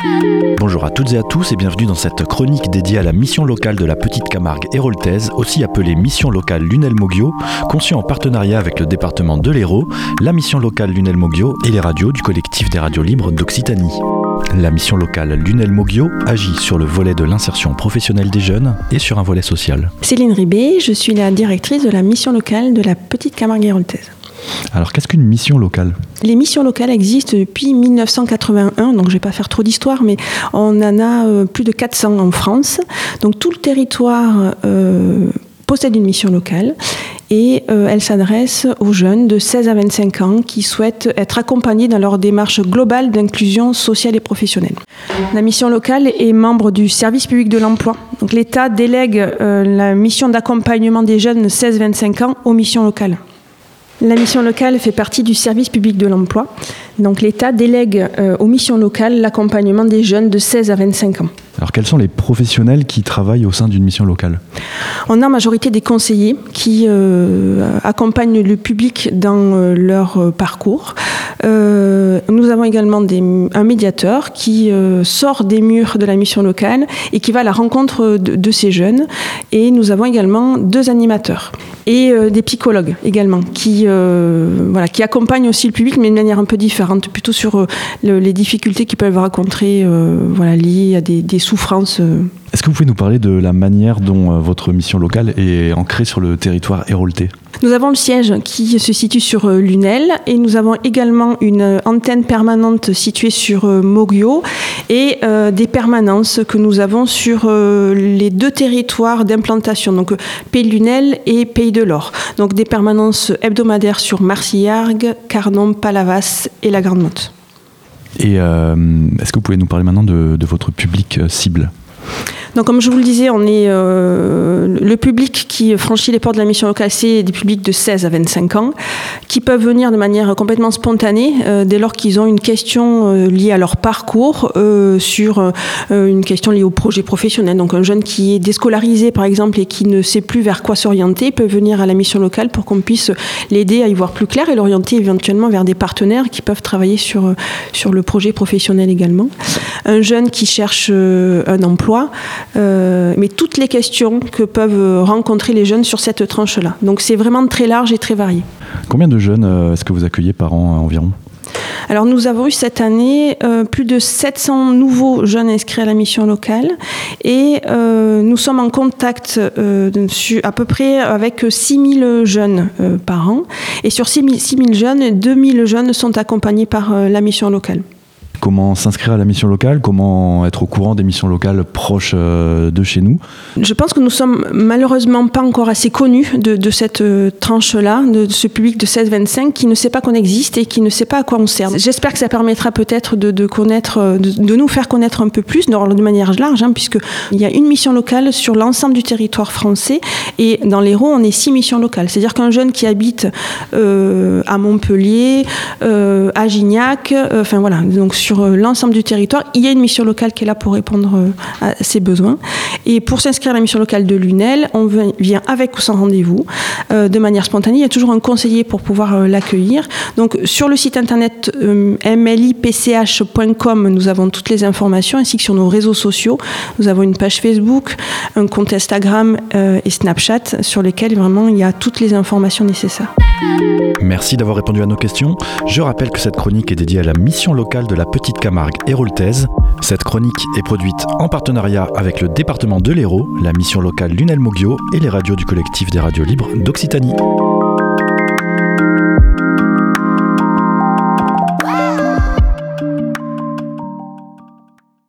Bonjour à toutes et à tous et bienvenue dans cette chronique dédiée à la mission locale de la Petite Camargue héroltaise, aussi appelée mission locale Lunel-Moguio, conçue en partenariat avec le département de l'Hérault, la mission locale Lunel-Moguio et les radios du collectif des radios libres d'Occitanie. La mission locale Lunel-Moguio agit sur le volet de l'insertion professionnelle des jeunes et sur un volet social. Céline Ribé, je suis la directrice de la mission locale de la Petite Camargue héroltaise. Alors qu'est-ce qu'une mission locale ? Les missions locales existent depuis 1981, donc je ne vais pas faire trop d'histoire, mais on en a plus de 400 en France. Donc tout le territoire possède une mission locale et elle s'adresse aux jeunes de 16 à 25 ans qui souhaitent être accompagnés dans leur démarche globale d'inclusion sociale et professionnelle. La mission locale est membre du service public de l'emploi. Donc l'État délègue la mission d'accompagnement des jeunes 16-25 ans aux missions locales. La mission locale fait partie du service public de l'emploi. Donc l'État délègue aux missions locales l'accompagnement des jeunes de 16 à 25 ans. Alors quels sont les professionnels qui travaillent au sein d'une mission locale ? On a en majorité des conseillers qui accompagnent le public dans leur parcours. Nous avons également un médiateur qui sort des murs de la mission locale et qui va à la rencontre de ces jeunes. Et nous avons également 2 animateurs et des psychologues également qui accompagnent aussi le public, mais de manière un peu différente, plutôt sur les difficultés qu'ils peuvent rencontrer liées à des souffrances. Est-ce que vous pouvez nous parler de la manière dont votre mission locale est ancrée sur le territoire héroltais ? Nous avons le siège qui se situe sur Lunel et nous avons également une antenne permanente située sur Moguio et des permanences que nous avons sur les 2 territoires d'implantation, donc Pays de Lunel et Pays de l'Or. Donc des permanences hebdomadaires sur Marcillargues, Carnon, Palavas et la Grande-Motte. Et est-ce que vous pouvez nous parler maintenant de votre public cible ? Donc, comme je vous le disais, on est le public qui franchit les portes de la mission locale, c'est des publics de 16 à 25 ans qui peuvent venir de manière complètement spontanée dès lors qu'ils ont une question liée à leur parcours sur une question liée au projet professionnel. Donc, un jeune qui est déscolarisé, par exemple, et qui ne sait plus vers quoi s'orienter peut venir à la mission locale pour qu'on puisse l'aider à y voir plus clair et l'orienter éventuellement vers des partenaires qui peuvent travailler sur le projet professionnel également. Un jeune qui cherche un emploi, mais toutes les questions que peuvent rencontrer les jeunes sur cette tranche-là. Donc c'est vraiment très large et très varié. Combien de jeunes est-ce que vous accueillez par an environ ? Alors nous avons eu cette année plus de 700 nouveaux jeunes inscrits à la mission locale et nous sommes en contact à peu près avec 6000 jeunes par an. Et sur 6000 jeunes, 2000 jeunes sont accompagnés par la mission locale. Comment s'inscrire à la mission locale ? Comment être au courant des missions locales proches de chez nous ? Je pense que nous sommes malheureusement pas encore assez connus de cette tranche-là, de ce public de 16-25 qui ne sait pas qu'on existe et qui ne sait pas à quoi on sert. J'espère que ça permettra peut-être de connaître, de nous faire connaître un peu plus, de manière large, puisqu'il y a une mission locale sur l'ensemble du territoire français et dans l'Hérault, on est 6 missions locales. C'est-à-dire qu'un jeune qui habite à Montpellier, à Gignac, donc sur l'ensemble du territoire, il y a une mission locale qui est là pour répondre à ses besoins. Et pour s'inscrire à la mission locale de Lunel, on vient avec ou sans rendez-vous, de manière spontanée. Il y a toujours un conseiller pour pouvoir l'accueillir. Donc sur le site internet mlipch.com, nous avons toutes les informations, ainsi que sur nos réseaux sociaux. Nous avons une page Facebook, un compte Instagram et Snapchat, sur lesquels vraiment il y a toutes les informations nécessaires. Merci d'avoir répondu à nos questions. Je rappelle que cette chronique est dédiée à la mission locale de la Petite Camargue héroltaise. Cette chronique est produite en partenariat avec le département de l'Hérault, la mission locale Lunel-Moguio et les radios du collectif des radios libres d'Occitanie.